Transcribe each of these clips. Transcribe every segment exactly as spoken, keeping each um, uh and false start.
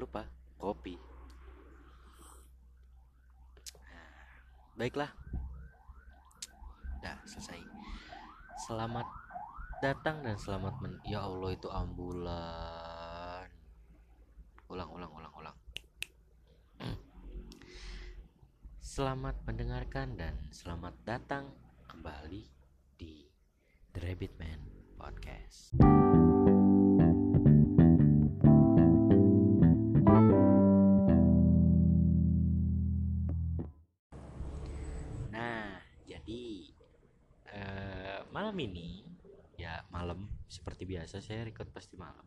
lupa kopi. Baiklah, dah selesai. Selamat datang dan selamat men ya Allah, itu ambulan. Ulang ulang ulang ulang. Selamat mendengarkan dan selamat datang kembali di The Rabbit Man Podcast. Nah, jadi eh, malam ini ya malam seperti biasa saya record pasti malam.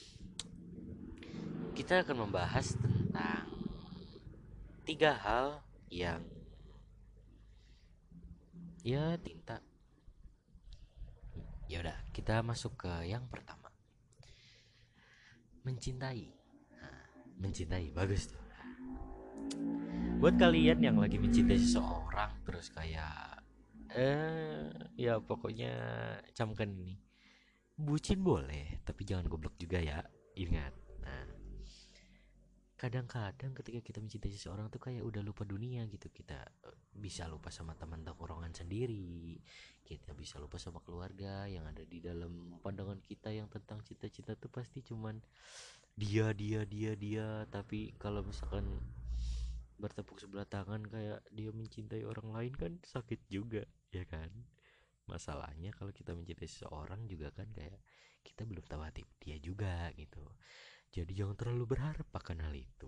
Kita akan membahas tentang tiga hal yang ya tinta. Ya udah, kita masuk ke yang pertama. Mencintai. Nah, mencintai bagus tuh. Buat kalian yang lagi mencintai seseorang terus kayak eh ya pokoknya camkan ini. Bucin boleh, tapi jangan goblok juga ya. Ingat. Nah, kadang-kadang ketika kita mencintai seseorang tuh kayak udah lupa dunia gitu. Kita eh, bisa lupa sama teman tongkrongan sendiri, kita bisa lupa sama keluarga yang ada di dalam pandangan kita yang tentang cita-cita tuh pasti cuman dia dia dia dia. Tapi kalau misalkan bertepuk sebelah tangan kayak dia mencintai orang lain kan sakit juga, ya kan. Masalahnya kalau kita mencintai seseorang juga kan kayak kita belum tahu hati dia juga gitu. Jadi jangan terlalu berharap akan hal itu.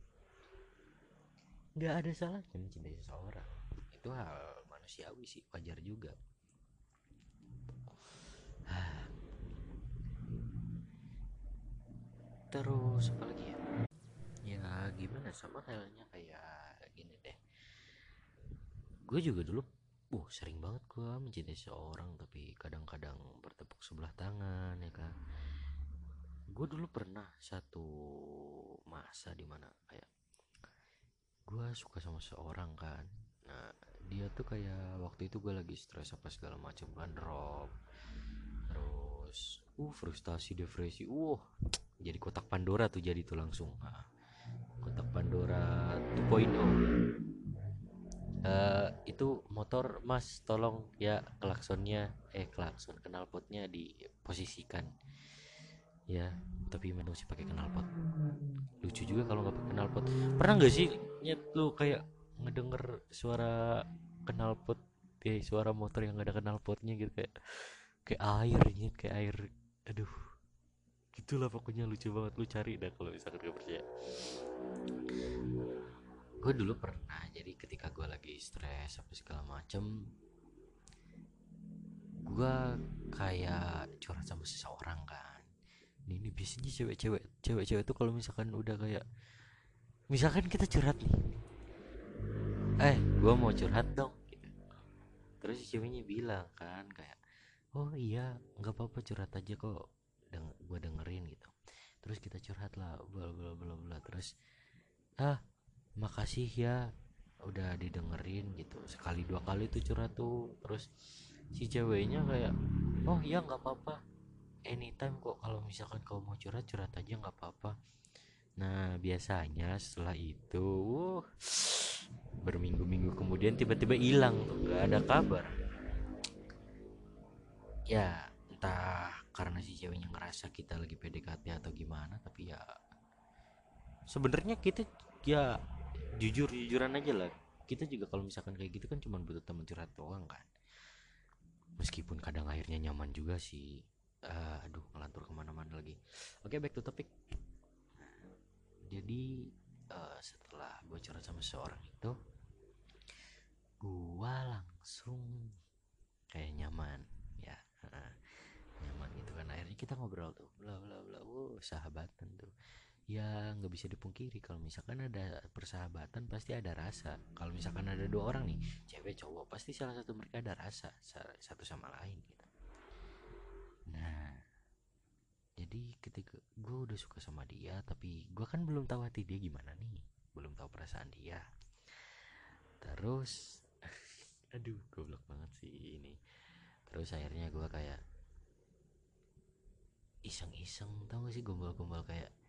Nggak ada salahnya mencintai seseorang, itu hal manusiawi sih, wajar juga. Terus apa lagi ya, ya gimana, sama halnya kayak gini deh. Gue juga dulu uh sering banget gue mencintai seseorang tapi kadang-kadang bertepuk sebelah tangan, ya kan. Gue dulu pernah satu masa dimana kayak gue suka sama seseorang kan. Nah, dia tuh kayak waktu itu gue lagi stres apa segala macam kan, drop. Terus uh frustasi, depresi, uh jadi kotak Pandora tuh, jadi tuh langsung nah, kotak Pandora dua titik nol. Eh itu motor mas, tolong ya klaksonnya, eh klakson knalpotnya diposisikan ya, tapi memang sih pakai knalpot. Lucu juga kalau nggak pakai knalpot. Pernah nggak sih nyet lu kayak ngedenger suara knalpot, eh suara motor yang gak ada knalpotnya gitu, kayak kayak air nyet, kayak air. Aduh, gitulah pokoknya, lucu banget. Lu cari dah kalau misalkan gak percaya. Gue dulu pernah, jadi ketika gue lagi stres apa segala macem, gue kayak curhat sama seseorang kan. Ini, ini biasanya cewek-cewek cewek-cewek tuh kalau misalkan udah kayak misalkan kita curhat nih, eh gue mau curhat dong gitu. Terus si ceweknya bilang kan kayak, oh iya nggak apa-apa, curhat aja kok, Deng gue dengerin gitu. Terus kita curhat lah, bla bla bla bla. Terus ah makasih ya udah didengerin gitu, sekali dua kali tuh curhat tuh. Terus si ceweknya kayak, oh iya nggak apa-apa, anytime kok, kalau misalkan kau mau curhat curhat aja nggak apa-apa. Nah biasanya setelah itu uh, berminggu-minggu kemudian tiba-tiba hilang tuh, nggak ada kabar. Ya entah karena si ceweknya ngerasa kita lagi P D K T atau gimana, tapi ya sebenarnya kita ya jujur jujuran aja lah, kita juga kalau misalkan kayak gitu kan cuma butuh teman curhat doang kan. Meskipun kadang akhirnya nyaman juga sih. Uh, aduh ngelantur kemana-mana lagi. Oke, back to topic. Jadi uh, setelah gue curhat sama seseorang itu, gue langsung kayak nyaman ya. Uh, nyaman gitu kan, akhirnya kita ngobrol tuh bla bla bla, wow sahabatan tuh. Ya nggak bisa dipungkiri kalau misalkan ada persahabatan pasti ada rasa. Kalau misalkan ada dua orang nih, cewek cowok, pasti salah satu mereka ada rasa satu sama lain gitu. Nah, jadi ketika gue udah suka sama dia tapi gue kan belum tahu hati dia gimana nih, belum tahu perasaan dia. Terus aduh goblok banget sih ini. Terus akhirnya gue kayak iseng-iseng, tau gak sih, gombal-gombal kayak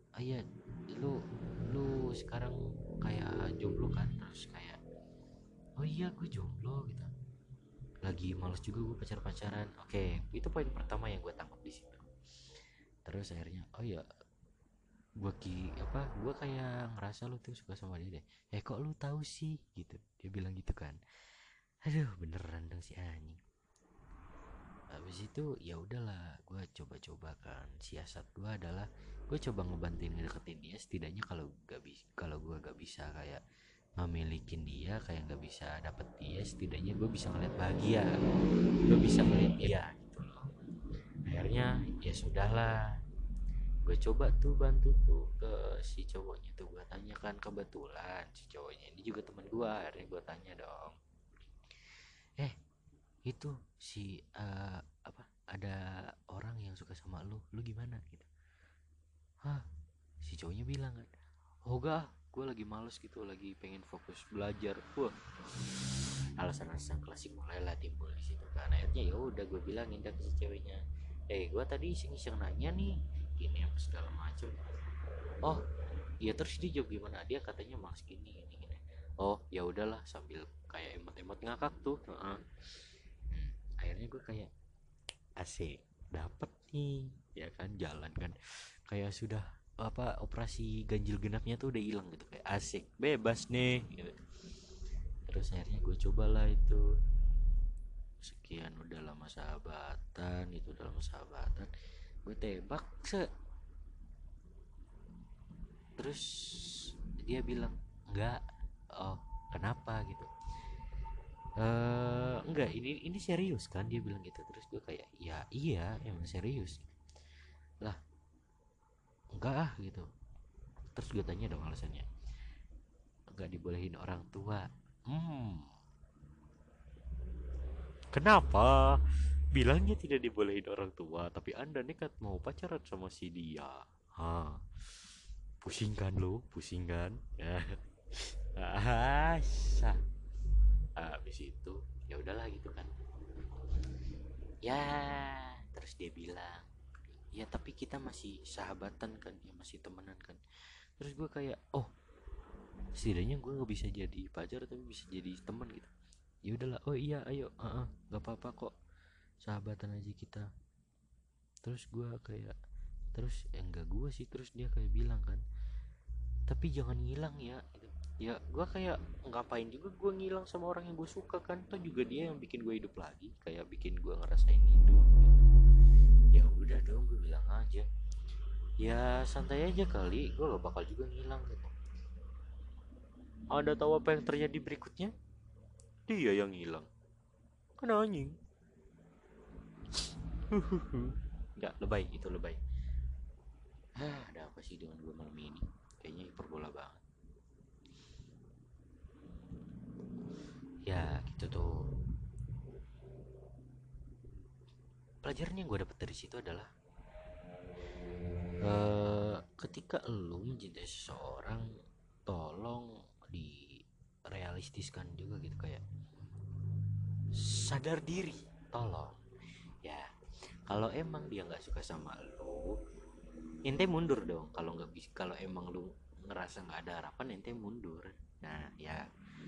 ah iya, lu lu sekarang kayak jomblo kan, terus kayak oh iya gue jomblo gitu, lagi males juga gue pacar-pacaran. Oke, itu poin pertama yang gue tangkap di situ. Terus akhirnya oh ya, gue ki apa gue kayak ngerasa lu tuh suka sama dia deh. Eh kok lu tahu sih gitu, dia bilang gitu kan. Aduh beneran dong si anjing. Habis itu ya udahlah, gue coba-coba kan, siasat gue adalah gue coba ngebantuin ngedeketin dia, setidaknya kalau gak bisa, kalau gue gak bisa kayak ngemilikin dia, kayak gak bisa dapet dia, setidaknya gue bisa ngeliat bahagia, gue bisa ngeliat dia gitu loh. Akhirnya ya sudahlah, gue coba tuh bantu tuh ke si cowoknya tuh, gue tanyakan, kebetulan si cowoknya ini juga teman gue. Akhirnya gue tanya dong, eh itu si eh, apa, ada orang yang suka sama lu lu gimana gitu. Hah, si cowoknya bilang kan, oh gak, gue lagi males gitu, lagi pengen fokus belajar. Wah, alasan-alasan klasik mulailah timbul di situ kan. Akhirnya ya udah gue bilangin ke si ceweknya, eh gue tadi iseng-iseng nanya nih gini apa segala macem. Oh iya, terus dia jawab gimana, dia katanya males gini gini gini. Oh ya udahlah, sambil kayak emot-emot ngakak tuh. uh-uh. hmm, Akhirnya gue kayak asik, dapet nih ya kan, jalan kan, kayak sudah apa, operasi ganjil genapnya tuh udah hilang gitu, kayak asik bebas nih gitu. Terus akhirnya gue cobalah itu, sekian udah lama sahabatan, itu udah lama sahabatan, gue tebak se, terus dia bilang enggak. Oh kenapa gitu, eh enggak, ini ini serius kan, dia bilang gitu. Terus gue kayak ya iya emang serius lah, enggak ah gitu. Terus gue tanya dong alasannya, enggak dibolehin orang tua. Hmm, kenapa? Bilangnya tidak dibolehin orang tua, tapi anda nekat mau pacaran sama si dia. Hah, pusing kan lo? Pusing kan? Ah, sah. Habis itu ya udahlah gitu kan. Ya, terus dia bilang, ya tapi kita masih sahabatan kan, ya masih temenan kan. Terus gue kayak, oh setidaknya gue nggak bisa jadi pacar tapi bisa jadi teman gitu. Ya udahlah, oh iya ayo, uh-uh, nggak apa-apa kok, sahabatan aja kita. Terus gue kayak, terus eh, enggak gue sih, terus dia kayak bilang kan, tapi jangan ngilang ya gitu. Ya gue kayak ngapain juga gue ngilang sama orang yang gue suka kan, toh juga dia yang bikin gue hidup lagi, kayak bikin gue ngerasain hidup. Ya udah dong, gue bilang aja ya santai aja kali, gue gak bakal juga ngilang gitu. Anda tahu apa yang terjadi berikutnya? Dia yang hilang, kan anjing. Nggak, lebay, itu lebay. Hah, ada apa sih dengan gue malam ini, kayaknya hiperbola banget. Ya gitu tuh, pelajaran yang gue dapet dari situ adalah eh ketika lu mencintai seseorang, tolong direalistiskan juga gitu, kayak sadar diri, tolong ya. Kalau emang dia nggak suka sama lu, ente mundur dong. Kalau nggak bisa, kalau emang lu ngerasa nggak ada harapan, ente mundur. Nah ya,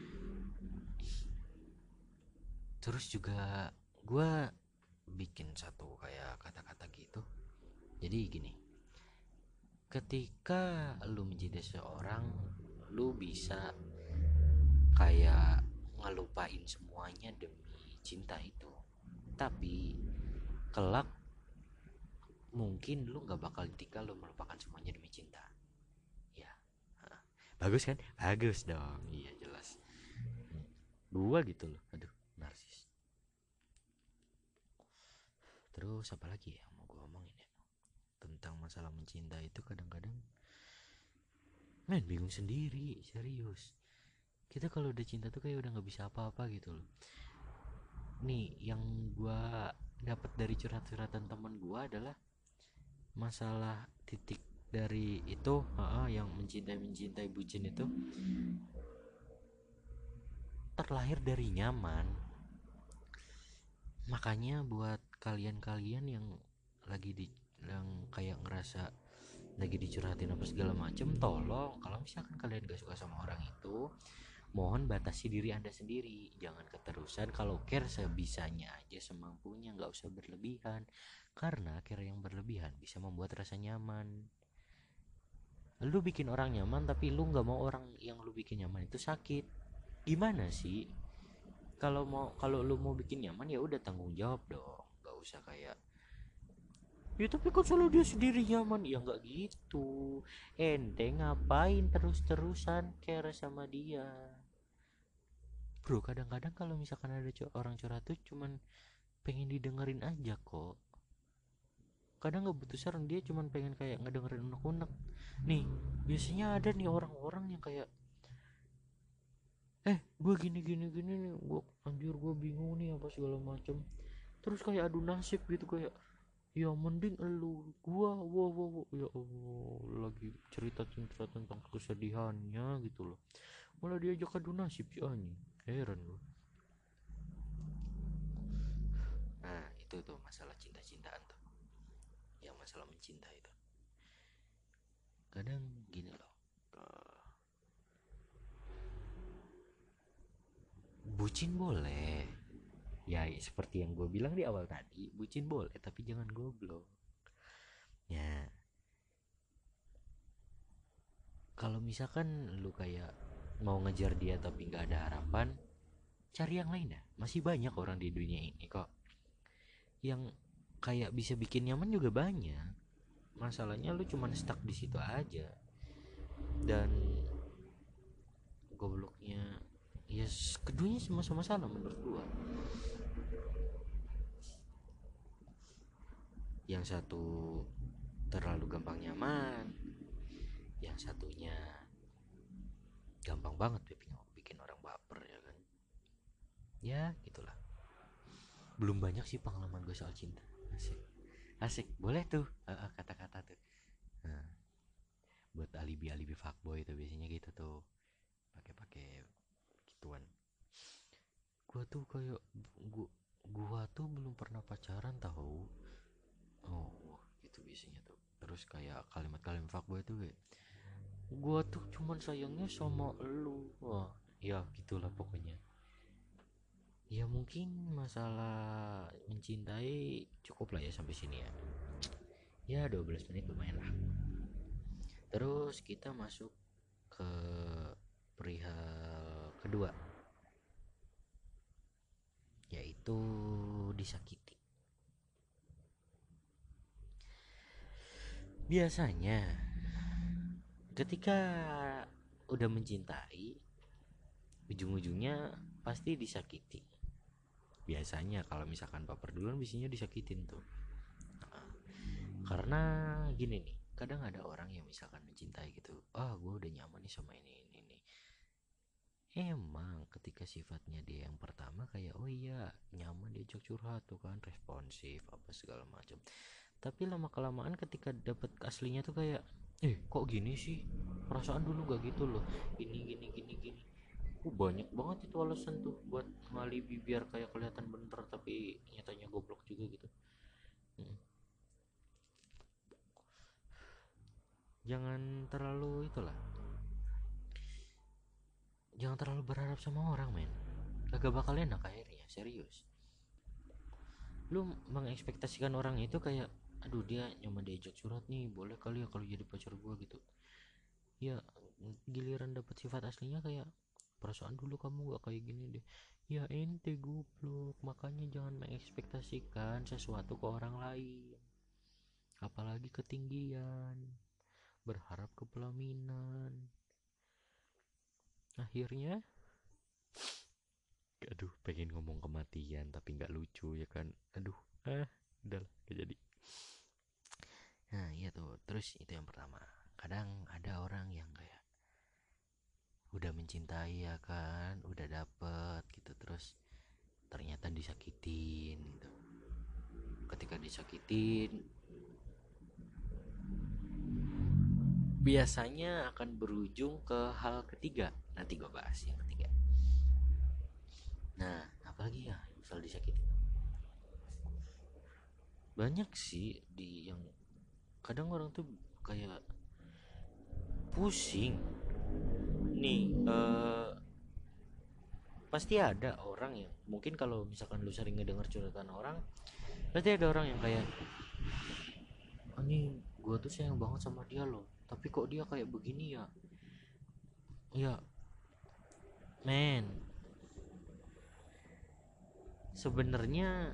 terus juga gue bikin satu kayak kata-kata gitu. Jadi gini, ketika lu menjadi seorang, lu bisa kayak ngelupain semuanya demi cinta itu, tapi kelak mungkin lu nggak bakal ketika lu melupakan semuanya demi cinta. Ya, bagus kan, bagus dong, iya jelas. Gua gitu loh, aduh narsis. Terus apa lagi ya mau gua omongin ya tentang masalah mencinta itu, kadang-kadang men bingung sendiri, serius. Kita kalau udah cinta tuh kayak udah nggak bisa apa-apa gitu loh. Nih yang gua dapat dari curhat-curhatan teman gua adalah masalah titik dari itu, uh, yang mencintai mencintai bucin itu terlahir dari nyaman. Makanya buat kalian-kalian yang lagi di, yang kayak ngerasa lagi dicurhatin apa segala macem, tolong kalau misalkan kalian gak suka sama orang itu, mohon batasi diri anda sendiri, jangan keterusan. Kalau care sebisanya aja, semampunya, nggak usah berlebihan, karena care yang berlebihan bisa membuat rasa nyaman. Lu bikin orang nyaman tapi lu nggak mau orang yang lu bikin nyaman itu sakit, gimana sih? Kalau mau kalau lu mau bikin nyaman ya udah tanggung jawab dong, nggak usah kayak ya tapi kan selalu dia sendiri nyaman, ya nggak gitu. Ente ngapain terus-terusan care sama dia, bro? Kadang-kadang kalau misalkan ada orang curhat tuh cuman pengen didengerin aja kok. Kadang nggak butuh saran, dia cuman pengen kayak ngedengerin unek-unek. Nih biasanya ada nih orang-orang yang kayak eh gue gini gini gini nih, gue anjir gue bingung nih apa segala macem, terus kayak adu nasib gitu, kayak ya mending elu gua wow wow wow. Ya Allah, lagi cerita cerita tentang kesedihannya gitu loh, malah diajak adu nasib sih anjing, heran gua. Nah itu tuh masalah cinta-cintaan tuh, yang masalah mencinta itu kadang gini loh, uh, bucin boleh ya, seperti yang gue bilang di awal tadi, bucin boleh tapi jangan goblok ya. Kalau misalkan lu kayak mau ngejar dia tapi nggak ada harapan, cari yang lain ya, masih banyak orang di dunia ini kok yang kayak bisa bikin nyaman juga banyak. Masalahnya lu cuman stuck di situ aja. Dan gobloknya ya keduanya sama-sama salah menurut gua. Yang satu terlalu gampang nyaman, yang satunya gampang banget bikin bikin orang baper ya kan. Ya gitulah. Belum banyak sih pengalaman gue soal cinta. Asik. Asik, boleh tuh uh, kata-kata tuh. Nah, buat alibi-alibi fuckboy itu biasanya gitu tuh. Pakai-pakai gituan. Gua tuh kayak gua, gua tuh belum pernah pacaran tahu. Oh, gitu biasanya tuh. Terus kayak kalimat-kalimat fuckboy tuh kayak gua tuh cuman sayangnya sama elu. Wah, ya gitulah pokoknya. Ya mungkin masalah mencintai cukup lah ya sampai sini ya. Ya dua belas menit lumayan lah. Terus kita masuk ke perihal kedua, yaitu disakiti. Biasanya ketika udah mencintai, ujung-ujungnya pasti disakiti. Biasanya kalau misalkan baper duluan biasanya disakitin tuh. Nah, karena gini nih, kadang ada orang yang misalkan mencintai gitu, ah gue udah nyaman nih sama ini ini nih. Emang ketika sifatnya dia yang pertama kayak oh iya nyaman diajak curhat tuh kan, responsif apa segala macam. Tapi lama kelamaan ketika dapet aslinya tuh kayak eh kok gini sih, perasaan dulu gak gitu loh, gini gini gini gini. Uh, banyak banget itu alasan tuh buat ngalibi biar kayak kelihatan bener tapi nyatanya goblok juga gitu. Hmm. Jangan terlalu itulah, jangan terlalu berharap sama orang men, kagak bakal enak akhirnya, serius. Lu mengekspektasikan orang itu kayak aduh dia nyaman diajak curhat nih, boleh kali ya kalau jadi pacar gua gitu. Ya giliran dapet sifat aslinya kayak perasaan dulu kamu gak kayak gini deh. Ya ente goblok, makanya jangan mengekspektasikan sesuatu ke orang lain, apalagi ketinggian, berharap ke pelaminan, akhirnya aduh pengen ngomong kematian tapi nggak lucu ya kan. Aduh, ah udah gak jadi. Nah iya tuh, terus itu yang pertama. Kadang ada orang yang kayak udah mencintai ya kan, udah dapet gitu, terus ternyata disakitin gitu. Ketika disakitin biasanya akan berujung ke hal ketiga, nanti gue bahas yang ketiga. Nah apalagi ya misal disakitin, banyak sih di yang kadang orang tuh kayak pusing nih. eh Pasti ada orang yang mungkin kalau misalkan lu sering ngedenger curhatan orang, pasti ada orang yang kayak, "Ah, nih gue tuh sayang banget sama dia loh, tapi kok dia kayak begini ya." Ya men, sebenarnya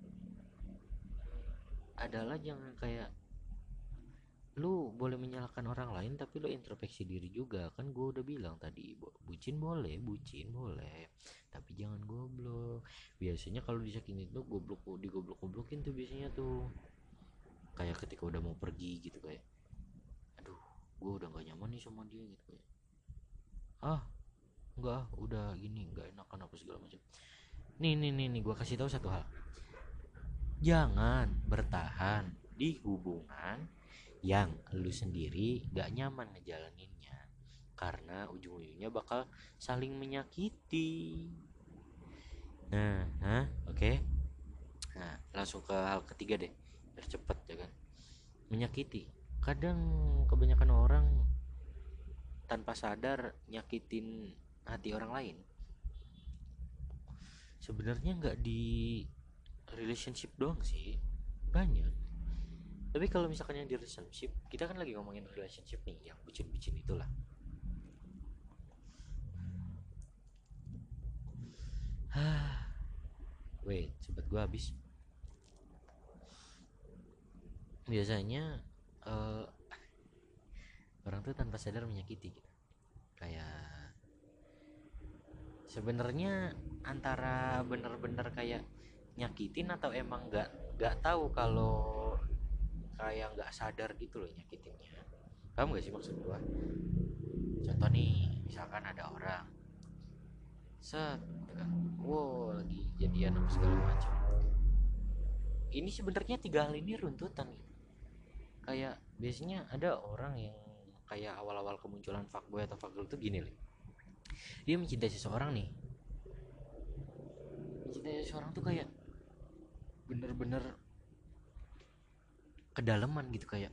adalah jangan kayak, lu boleh menyalahkan orang lain tapi lu introspeksi diri juga. Kan gue udah bilang tadi, bucin boleh, bucin boleh, tapi jangan goblok. Biasanya kalau disakitin tuh goblok, digoblok goblokin tuh biasanya tuh. Kayak ketika udah mau pergi gitu, kayak aduh gue udah gak nyaman nih sama dia gitu, kayak ah enggak ah, udah gini nggak enakan apa segala macam. Nih nih nih nih gue kasih tahu satu hal: jangan bertahan di hubungan yang lu sendiri gak nyaman ngejalaninnya, karena ujung-ujungnya bakal saling menyakiti. Nah, nah oke, okay. Nah langsung ke hal ketiga deh, biar cepet ya kan. Menyakiti, kadang kebanyakan orang tanpa sadar nyakitin hati orang lain. Sebenarnya nggak di relationship doang sih, banyak. Tapi kalau misalkan yang di relationship, kita kan lagi ngomongin relationship nih, yang bucin-bucin itulah. Wait, sempat gue habis. Biasanya uh, orang tuh tanpa sadar menyakiti gitu. Kayak sebenarnya antara bener-bener kayak nyakitin atau emang nggak nggak tahu kalau kayak nggak sadar gitu loh nyakitinnya. Paham gak sih maksud gua? Contoh nih, misalkan ada orang set gitu kan, wow lagi jadian apa segala macam. Ini sebenarnya tiga hal ini runtutan gitu. Kayak biasanya ada orang yang kayak awal-awal kemunculan fuckboy atau fuckgirl tuh gini loh. Dia mencintai seseorang nih, mencintai seseorang tuh kayak bener-bener kedalaman gitu, kayak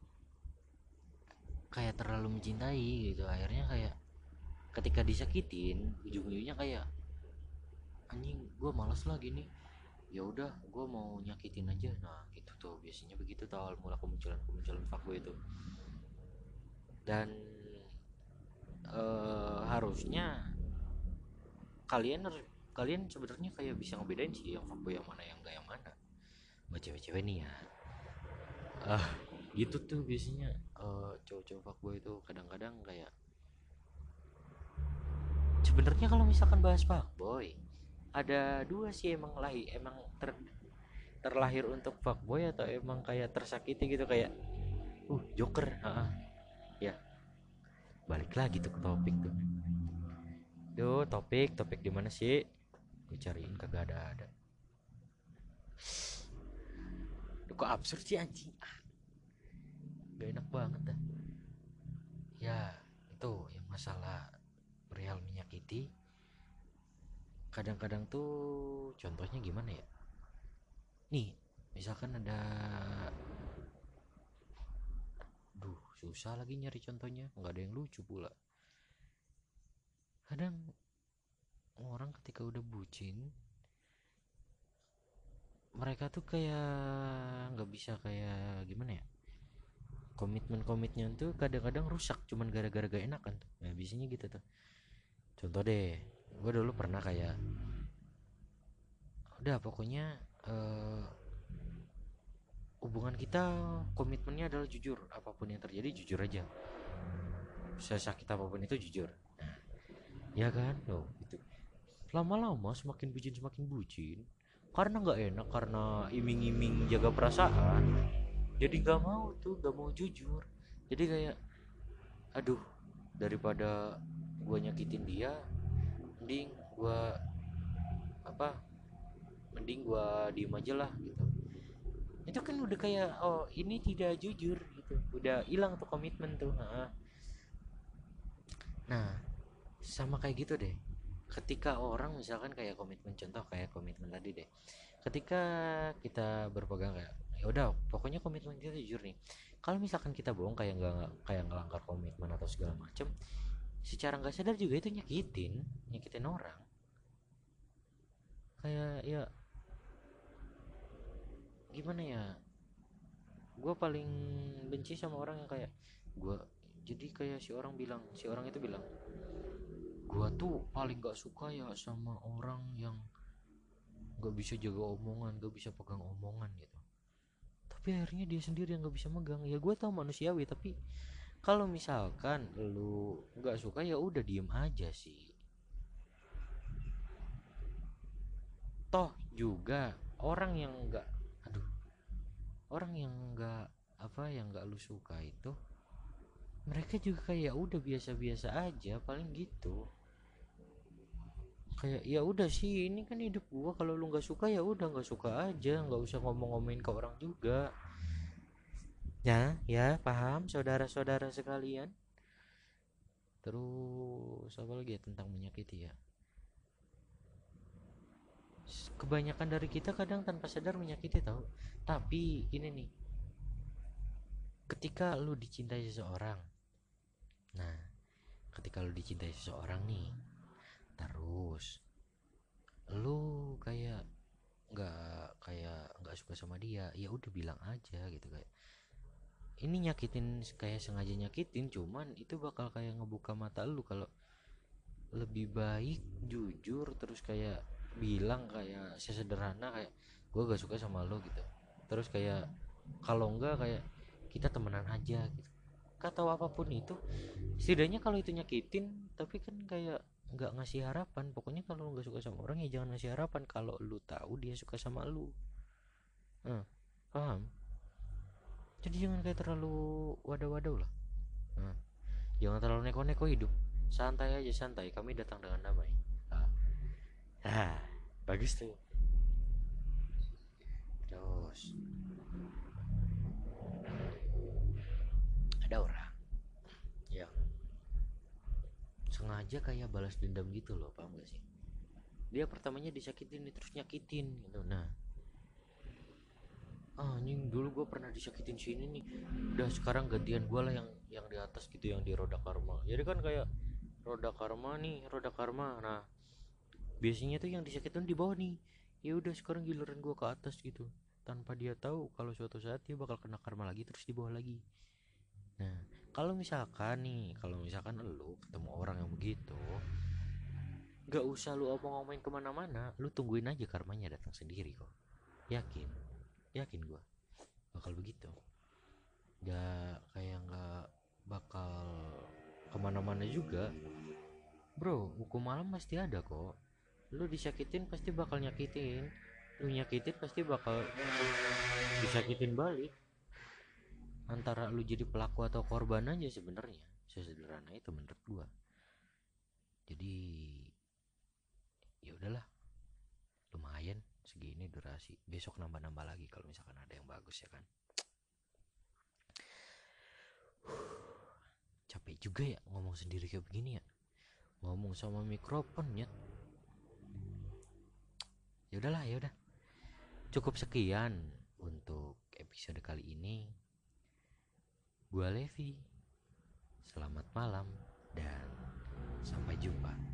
kayak terlalu mencintai gitu. Akhirnya kayak ketika disakitin, ujung-ujungnya kayak anjing gue males lah gini, ya udah gue mau nyakitin aja. Nah gitu tuh biasanya, begitu tuh awal mula kemunculan kemunculan fuckboy itu. Dan uh, harusnya kalian kalian sebenarnya kayak bisa ngebedain sih yang fuckboy yang mana yang enggak yang mana, buat cewek-cewek nih ya. Ah uh, gitu tuh biasanya. Uh, cowok-cowok fuckboy itu kadang-kadang kayak, sebenarnya kalau misalkan bahas fuckboy, ada dua sih, emang lahir emang ter, terlahir untuk fuckboy atau emang kayak tersakiti gitu, kayak uh Joker. Heeh. Ya, balik lagi tuh ke topik tuh. Duh, topik topik di mana sih? Gue cariin kagak ada ada. Duh, kok absurd sih anjing. Ah, gak enak banget dah. Ya, itu yang masalah perihal menyakiti. Kadang-kadang tuh contohnya gimana ya? Nih, misalkan ada, duh susah lagi nyari contohnya, nggak ada yang lucu pula. Kadang orang ketika udah bucin, mereka tuh kayak nggak bisa, kayak gimana ya, komitmen-komitnya tuh kadang-kadang rusak cuman gara-gara gak enakan tuh. Nah biasanya gitu tuh. Contoh deh, gue dulu pernah kayak, udah pokoknya uh, hubungan kita komitmennya adalah jujur, apapun yang terjadi jujur aja, sesakit apapun itu jujur. Nah, ya kan, loh gitu. Lama-lama semakin bucin semakin bucin, karena nggak enak, karena iming-iming jaga perasaan, jadi nggak mau tuh, nggak mau jujur. Jadi kayak aduh, daripada gue nyakitin dia, mending gue apa mending gue diem aja lah gitu. Itu kan udah kayak, oh ini tidak jujur gitu, udah hilang tuh komitmen tuh. Nah sama kayak gitu deh, ketika orang misalkan kayak komitmen, contoh kayak komitmen tadi deh, ketika kita berpegang kayak ya udah pokoknya komitmen kita jujur nih. Kalau misalkan kita bohong kayak nggak kayak ngelanggar komitmen atau segala macem, secara nggak sadar juga itu nyakitin nyakitin orang. Kayak ya gimana ya, gue paling benci sama orang yang kayak gue, jadi kayak si orang bilang si orang itu bilang gue tuh paling gak suka ya sama orang yang gak bisa jaga omongan, gak bisa pegang omongan gitu. Tapi akhirnya dia sendiri yang gak bisa megang. Ya gue tau manusiawi, tapi kalau misalkan lu gak suka ya udah diem aja sih. Toh juga orang yang gak, aduh, orang yang gak apa yang gak lu suka itu mereka juga kayak ya udah biasa-biasa aja paling gitu. Kayak ya udah sih ini kan hidup gua, kalau lu nggak suka ya udah nggak suka aja, nggak usah ngomong-ngomongin ke orang juga. Ya ya paham saudara-saudara sekalian. Terus apa lagi ya tentang menyakiti ya, kebanyakan dari kita kadang tanpa sadar menyakiti tahu. Tapi ini nih, ketika lu dicintai seseorang, nah ketika lu dicintai seseorang nih, terus lu kayak nggak kayak nggak suka sama dia, ya udah bilang aja gitu. Kayak ini nyakitin, kayak sengaja nyakitin, cuman itu bakal kayak ngebuka mata lu kalau lebih baik jujur, terus kayak bilang kayak sesederhana kayak gue gak suka sama lo gitu. Terus kayak kalau enggak kayak kita temenan aja gitu, kata apapun itu. Setidaknya kalau itu nyakitin tapi kan kayak nggak ngasih harapan. Pokoknya kalau lu nggak suka sama orang ya jangan ngasih harapan kalau lu tahu dia suka sama lu. Nah, paham? Jadi jangan kayak terlalu wadah-wadah lah. Nah, jangan terlalu neko-neko hidup. Santai aja, santai. Kami datang dengan damai. Ah, ah bagus tuh. Terus ada orang yang sengaja kayak balas dendam gitu loh, paham gak sih? Dia pertamanya disakitin terus nyakitin gitu. Nah, ah anjing dulu gue pernah disakitin sini nih, udah sekarang gantian gue lah yang yang di atas gitu, yang di roda karma. Jadi kan kayak roda karma nih, roda karma. Nah, biasanya tuh yang disakitin di bawah nih. Ya udah sekarang giliran gue ke atas gitu, tanpa dia tahu kalau suatu saat dia bakal kena karma lagi terus di bawah lagi. Nah, kalau misalkan nih, kalau misalkan lu ketemu orang yang begitu, gak usah lu omong-omongin kemana-mana, lu tungguin aja karmanya datang sendiri kok. Yakin, yakin gua bakal begitu. Gak kayak gak bakal kemana-mana juga, bro. Hukum malam pasti ada kok. Lu disakitin pasti bakal nyakitin, lu nyakitin pasti bakal disakitin balik. Antara lu jadi pelaku atau korban aja sebenarnya, sesederhana itu menurut gua. Jadi ya udahlah, lumayan segini durasi, besok nambah-nambah lagi kalau misalkan ada yang bagus ya kan. Capek juga ya ngomong sendiri kayak begini ya, ngomong sama mikrofon ya. Ya udahlah, ya udah, cukup sekian untuk episode kali ini. Gua Levi, selamat malam dan sampai jumpa.